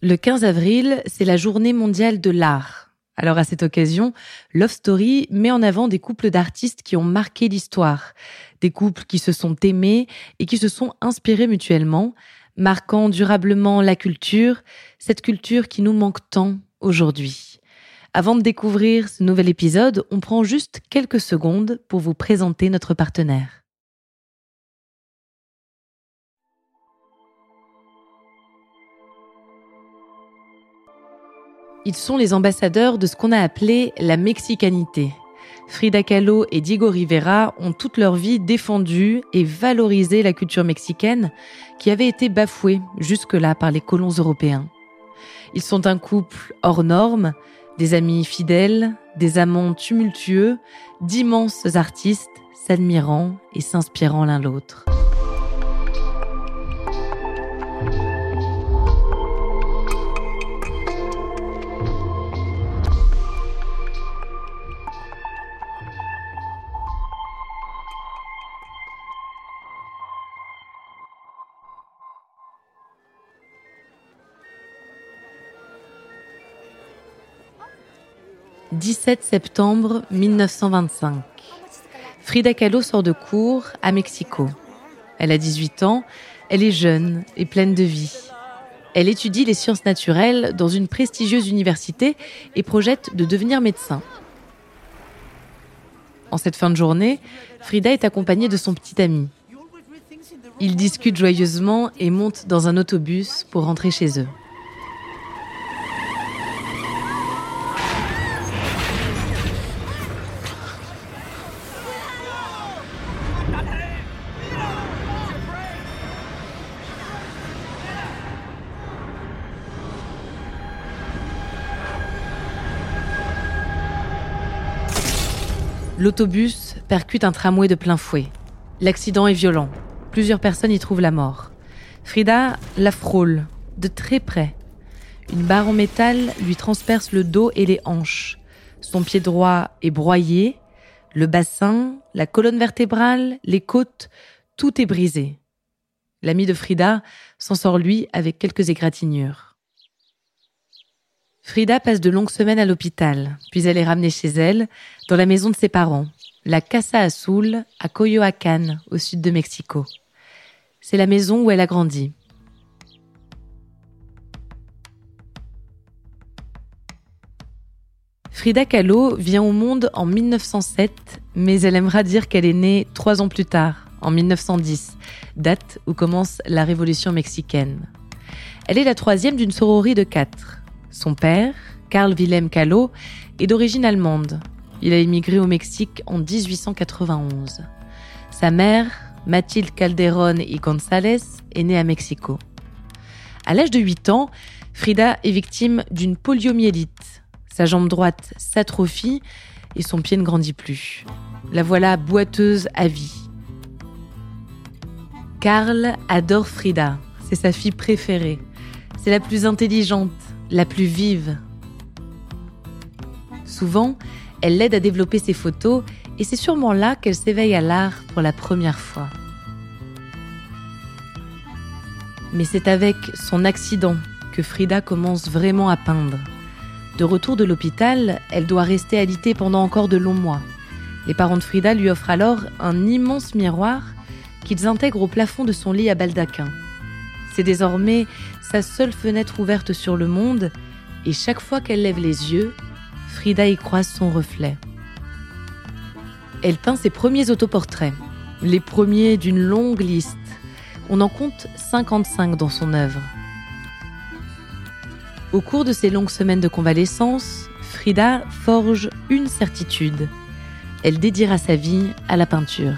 Le 15 avril, c'est la journée mondiale de l'art. Alors à cette occasion, Love Story met en avant des couples d'artistes qui ont marqué l'histoire, des couples qui se sont aimés et qui se sont inspirés mutuellement, marquant durablement la culture, cette culture qui nous manque tant aujourd'hui. Avant de découvrir ce nouvel épisode, on prend juste quelques secondes pour vous présenter notre partenaire. Ils sont les ambassadeurs de ce qu'on a appelé la mexicanité. Frida Kahlo et Diego Rivera ont toute leur vie défendu et valorisé la culture mexicaine qui avait été bafouée jusque-là par les colons européens. Ils sont un couple hors norme, des amis fidèles, des amants tumultueux, d'immenses artistes s'admirant et s'inspirant l'un l'autre. « 17 septembre 1925. Frida Kahlo sort de cours à Mexico. Elle a 18 ans, elle est jeune et pleine de vie. Elle étudie les sciences naturelles dans une prestigieuse université et projette de devenir médecin. En cette fin de journée, Frida est accompagnée de son petit ami. Ils discutent joyeusement et montent dans un autobus pour rentrer chez eux. L'autobus percute un tramway de plein fouet. L'accident est violent. Plusieurs personnes y trouvent la mort. Frida la frôle, de très près. Une barre en métal lui transperce le dos et les hanches. Son pied droit est broyé. Le bassin, la colonne vertébrale, les côtes, tout est brisé. L'ami de Frida s'en sort, lui, avec quelques égratignures. Frida passe de longues semaines à l'hôpital, puis elle est ramenée chez elle, dans la maison de ses parents, la Casa Azul, à Coyoacán, au sud de Mexico. C'est la maison où elle a grandi. Frida Kahlo vient au monde en 1907, mais elle aimera dire qu'elle est née 3 ans plus tard, en 1910, date où commence la révolution mexicaine. Elle est la 3e d'une sororie de 4. Son père, Carl Wilhelm Kahlo, est d'origine allemande. Il a émigré au Mexique en 1891. Sa mère, Mathilde Calderón y González, est née à Mexico. À l'âge de 8 ans, Frida est victime d'une poliomyélite. Sa jambe droite s'atrophie et son pied ne grandit plus. La voilà boiteuse à vie. Carl adore Frida. C'est sa fille préférée. C'est la plus intelligente, la plus vive. Souvent, elle l'aide à développer ses photos et c'est sûrement là qu'elle s'éveille à l'art pour la première fois. Mais c'est avec son accident que Frida commence vraiment à peindre. De retour de l'hôpital, elle doit rester alitée pendant encore de longs mois. Les parents de Frida lui offrent alors un immense miroir qu'ils intègrent au plafond de son lit à baldaquin. C'est désormais sa seule fenêtre ouverte sur le monde et chaque fois qu'elle lève les yeux, Frida y croise son reflet. Elle peint ses premiers autoportraits, les premiers d'une longue liste. On en compte 55 dans son œuvre. Au cours de ces longues semaines de convalescence, Frida forge une certitude. Elle dédiera sa vie à la peinture.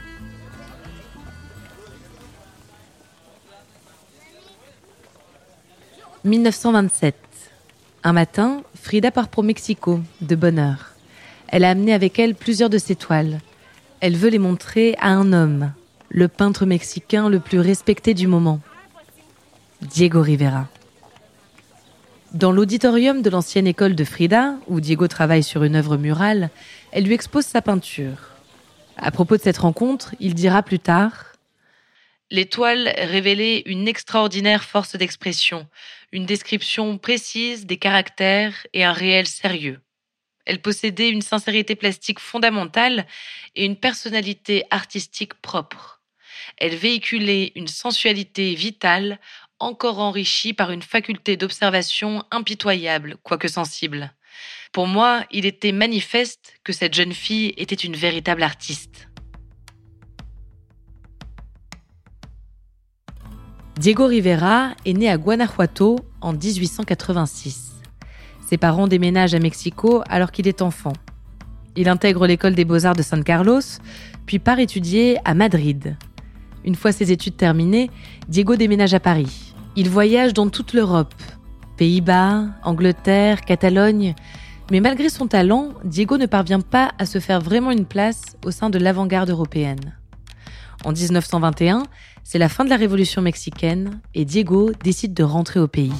« 1927. Un matin, Frida part pour Mexico, de bonne heure. Elle a amené avec elle plusieurs de ses toiles. Elle veut les montrer à un homme, le peintre mexicain le plus respecté du moment, Diego Rivera. Dans l'auditorium de l'ancienne école de Frida, où Diego travaille sur une œuvre murale, elle lui expose sa peinture. À propos de cette rencontre, il dira plus tard « Les toiles révélaient une extraordinaire force d'expression, une description précise des caractères et un réel sérieux. Elle possédait une sincérité plastique fondamentale et une personnalité artistique propre. Elle véhiculait une sensualité vitale, encore enrichie par une faculté d'observation impitoyable, quoique sensible. Pour moi, il était manifeste que cette jeune fille était une véritable artiste. Diego Rivera est né à Guanajuato en 1886. Ses parents déménagent à Mexico alors qu'il est enfant. Il intègre l'école des beaux-arts de San Carlos, puis part étudier à Madrid. Une fois ses études terminées, Diego déménage à Paris. Il voyage dans toute l'Europe, Pays-Bas, Angleterre, Catalogne. Mais malgré son talent, Diego ne parvient pas à se faire vraiment une place au sein de l'avant-garde européenne. En 1921, c'est la fin de la Révolution mexicaine et Diego décide de rentrer au pays.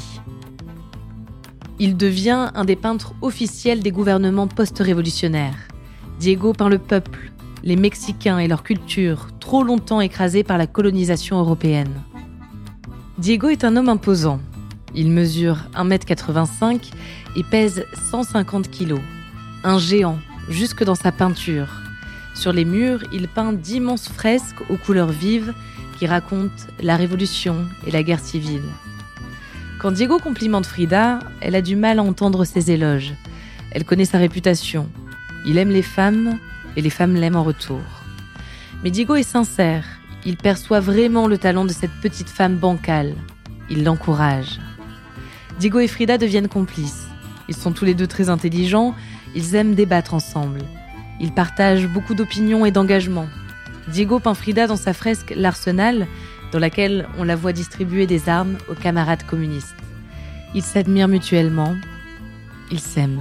Il devient un des peintres officiels des gouvernements post-révolutionnaires. Diego peint le peuple, les Mexicains et leur culture, trop longtemps écrasés par la colonisation européenne. Diego est un homme imposant. Il mesure 1,85 m et pèse 150 kg. Un géant, jusque dans sa peinture. Sur les murs, il peint d'immenses fresques aux couleurs vives qui racontent la Révolution et la guerre civile. Quand Diego complimente Frida, elle a du mal à entendre ses éloges. Elle connaît sa réputation. Il aime les femmes et les femmes l'aiment en retour. Mais Diego est sincère. Il perçoit vraiment le talent de cette petite femme bancale. Il l'encourage. Diego et Frida deviennent complices. Ils sont tous les deux très intelligents, ils aiment débattre ensemble. Ils partagent beaucoup d'opinions et d'engagements. Diego peint Frida dans sa fresque L'Arsenal, dans laquelle on la voit distribuer des armes aux camarades communistes. Ils s'admirent mutuellement, ils s'aiment.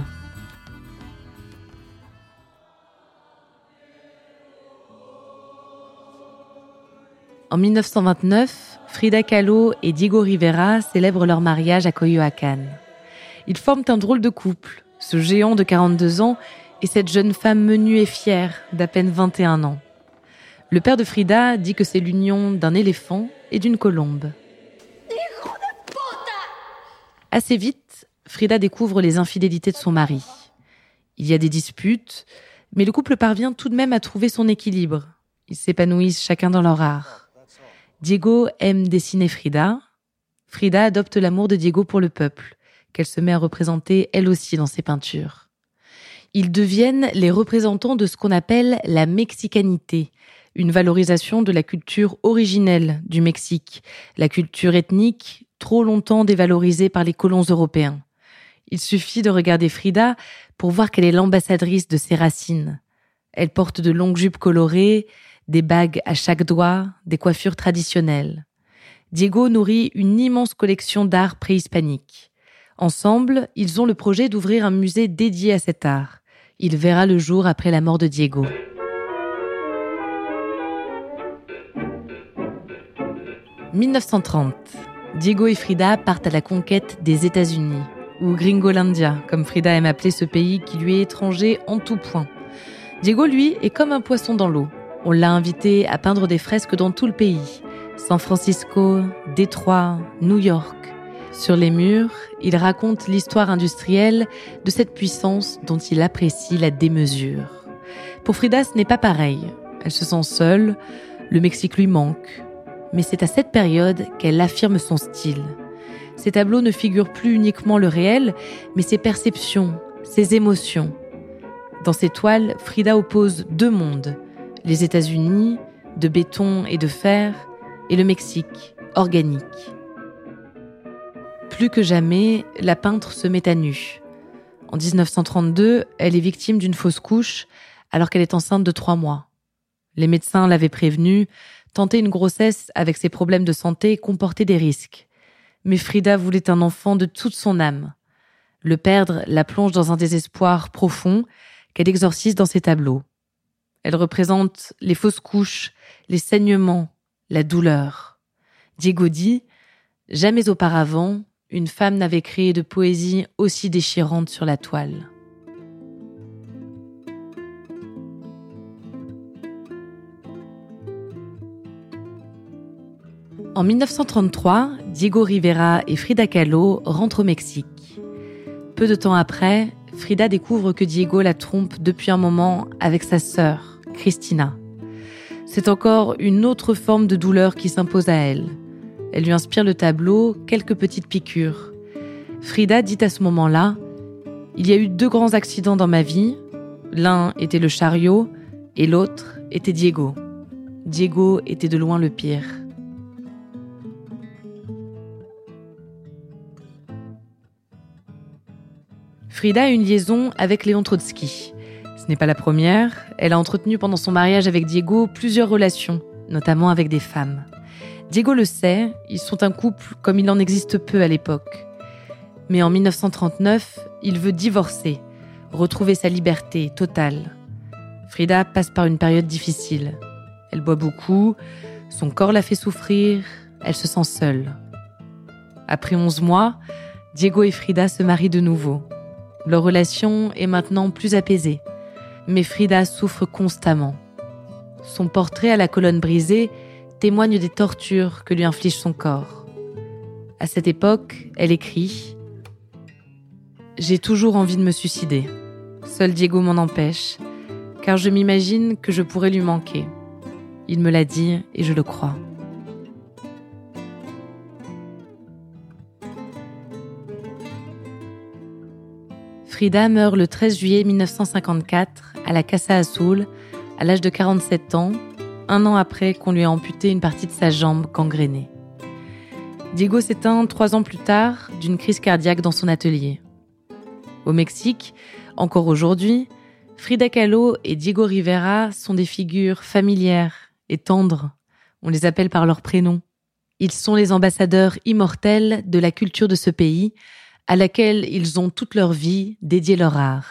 En 1929, Frida Kahlo et Diego Rivera célèbrent leur mariage à Coyoacán. Ils forment un drôle de couple, ce géant de 42 ans et cette jeune femme menue et fière d'à peine 21 ans. Le père de Frida dit que c'est l'union d'un éléphant et d'une colombe. Assez vite, Frida découvre les infidélités de son mari. Il y a des disputes, mais le couple parvient tout de même à trouver son équilibre. Ils s'épanouissent chacun dans leur art. Diego aime dessiner Frida. Frida adopte l'amour de Diego pour le peuple, qu'elle se met à représenter elle aussi dans ses peintures. Ils deviennent les représentants de ce qu'on appelle la mexicanité, une valorisation de la culture originelle du Mexique, la culture ethnique trop longtemps dévalorisée par les colons européens. Il suffit de regarder Frida pour voir qu'elle est l'ambassadrice de ses racines. Elle porte de longues jupes colorées, des bagues à chaque doigt, des coiffures traditionnelles. Diego nourrit une immense collection d'art préhispanique. Ensemble, ils ont le projet d'ouvrir un musée dédié à cet art. Il verra le jour après la mort de Diego. « 1930. Diego et Frida partent à la conquête des États-Unis, ou Gringolandia, comme Frida aime appeler ce pays qui lui est étranger en tout point. Diego, lui, est comme un poisson dans l'eau. On l'a invité à peindre des fresques dans tout le pays. San Francisco, Détroit, New York. Sur les murs, il raconte l'histoire industrielle de cette puissance dont il apprécie la démesure. Pour Frida, ce n'est pas pareil. Elle se sent seule, le Mexique lui manque. Mais c'est à cette période qu'elle affirme son style. Ses tableaux ne figurent plus uniquement le réel, mais ses perceptions, ses émotions. Dans ses toiles, Frida oppose deux mondes, les États-Unis, de béton et de fer, et le Mexique, organique. Plus que jamais, la peintre se met à nu. En 1932, elle est victime d'une fausse couche alors qu'elle est enceinte de 3 mois. Les médecins l'avaient prévenue, tenter une grossesse avec ses problèmes de santé comportait des risques. Mais Frida voulait un enfant de toute son âme. Le perdre la plonge dans un désespoir profond qu'elle exorcise dans ses tableaux. Elle représente les fausses couches, les saignements, la douleur. Diego dit « Jamais auparavant, une femme n'avait créé de poésie aussi déchirante sur la toile. » En 1933, Diego Rivera et Frida Kahlo rentrent au Mexique. Peu de temps après, Frida découvre que Diego la trompe depuis un moment avec sa sœur, Cristina. C'est encore une autre forme de douleur qui s'impose à elle. Elle lui inspire le tableau quelques petites piqûres. Frida dit à ce moment-là « Il y a eu 2 grands accidents dans ma vie. L'un était le chariot et l'autre était Diego. Diego était de loin le pire. » Frida a une liaison avec Léon Trotsky. Ce n'est pas la première. Elle a entretenu pendant son mariage avec Diego plusieurs relations, notamment avec des femmes. Diego le sait, ils sont un couple comme il en existe peu à l'époque. Mais en 1939, il veut divorcer, retrouver sa liberté totale. Frida passe par une période difficile. Elle boit beaucoup, son corps la fait souffrir, elle se sent seule. Après 11 mois, Diego et Frida se marient de nouveau. Leur relation est maintenant plus apaisée, mais Frida souffre constamment. Son portrait à la colonne brisée témoigne des tortures que lui inflige son corps. À cette époque, elle écrit « J'ai toujours envie de me suicider. Seul Diego m'en empêche, car je m'imagine que je pourrais lui manquer. Il me l'a dit et je le crois. » Frida meurt le 13 juillet 1954 à la Casa Azul, à l'âge de 47 ans, 1 an après qu'on lui ait amputé une partie de sa jambe gangrénée. Diego s'éteint 3 ans plus tard d'une crise cardiaque dans son atelier. Au Mexique, encore aujourd'hui, Frida Kahlo et Diego Rivera sont des figures familières et tendres. On les appelle par leurs prénoms. Ils sont les ambassadeurs immortels de la culture de ce pays, à laquelle ils ont toute leur vie dédié leur art.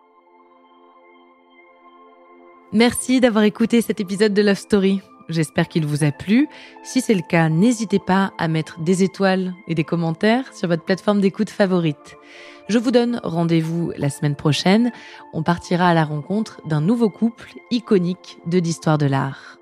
Merci d'avoir écouté cet épisode de Love Story. J'espère qu'il vous a plu. Si c'est le cas, n'hésitez pas à mettre des étoiles et des commentaires sur votre plateforme d'écoute favorite. Je vous donne rendez-vous la semaine prochaine. On partira à la rencontre d'un nouveau couple iconique de l'histoire de l'art.